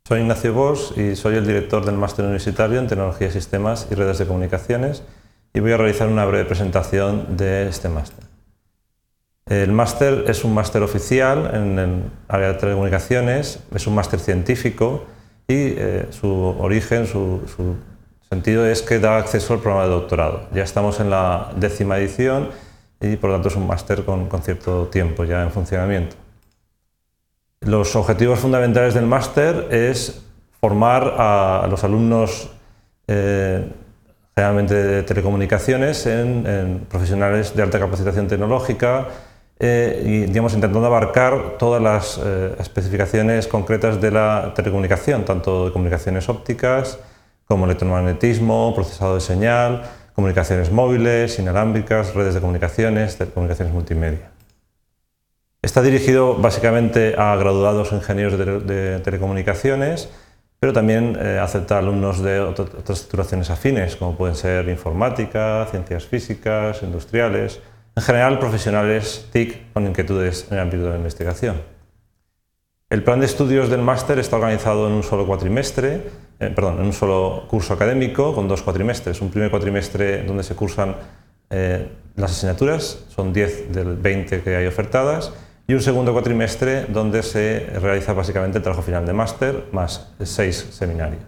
Soy Ignacio Bosch y soy el director del Máster Universitario en Tecnología de Sistemas y Redes de Comunicaciones y voy a realizar una breve presentación de este máster. El máster es un máster oficial en el área de telecomunicaciones, es un máster científico y su origen, su sentido es que da acceso al programa de doctorado. Ya estamos en la 10ª edición y por lo tanto es un máster con cierto tiempo ya en funcionamiento. Los objetivos fundamentales del máster es formar a los alumnos generalmente de telecomunicaciones en profesionales de alta capacitación tecnológica y digamos, intentando abarcar todas las especificaciones concretas de la telecomunicación, tanto de comunicaciones ópticas como electromagnetismo, procesado de señal, comunicaciones móviles, inalámbricas, redes de comunicaciones, telecomunicaciones multimedia. Está dirigido básicamente a graduados ingenieros de telecomunicaciones, pero también acepta alumnos de otras titulaciones afines, como pueden ser informática, ciencias físicas, industriales, en general profesionales TIC con inquietudes en el ámbito de la investigación. El plan de estudios del máster está organizado en un solo en un solo curso académico con 2 cuatrimestres. Un primer cuatrimestre donde se cursan las asignaturas, son 10 del 20 que hay ofertadas, y un segundo cuatrimestre donde se realiza básicamente el trabajo final de máster más 6 seminarios.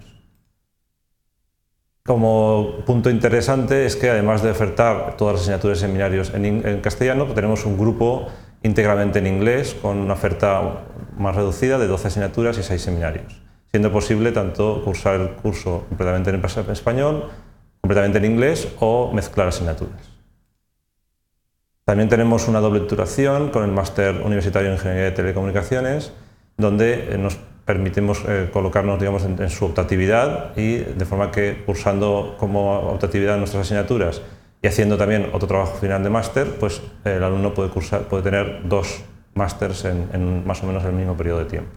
Como punto interesante es que además de ofertar todas las asignaturas y seminarios en castellano, tenemos un grupo íntegramente en inglés con una oferta más reducida de 12 asignaturas y 6 seminarios, siendo posible tanto cursar el curso completamente en español, completamente en inglés o mezclar asignaturas. También tenemos una doble titulación con el Máster Universitario en Ingeniería de Telecomunicaciones, donde nos permitimos colocarnos digamos, en su optatividad y de forma que cursando como optatividad nuestras asignaturas y haciendo también otro trabajo final de máster, pues el alumno puede tener 2 másters en más o menos el mismo periodo de tiempo.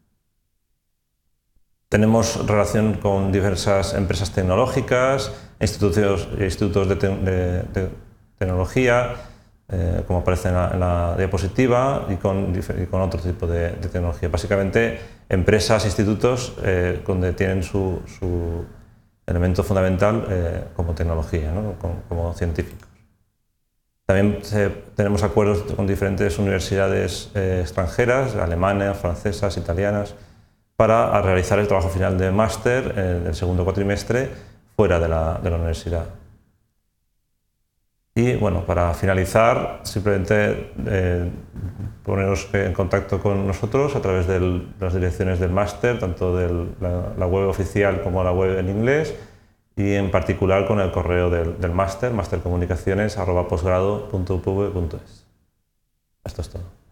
Tenemos relación con diversas empresas tecnológicas, institutos de tecnología, como aparece en la diapositiva, y con otro tipo de tecnología. Básicamente, empresas, institutos donde tienen su elemento fundamental como tecnología, ¿no? como científicos. También tenemos acuerdos con diferentes universidades extranjeras, alemanas, francesas, italianas, para realizar el trabajo final de máster en el segundo cuatrimestre fuera de la universidad. Y bueno, para finalizar, simplemente poneros en contacto con nosotros a través de las direcciones del máster, tanto de la web oficial como la web en inglés, y en particular con el correo del máster, mastercomunicaciones@posgrado.upv.es. Esto es todo.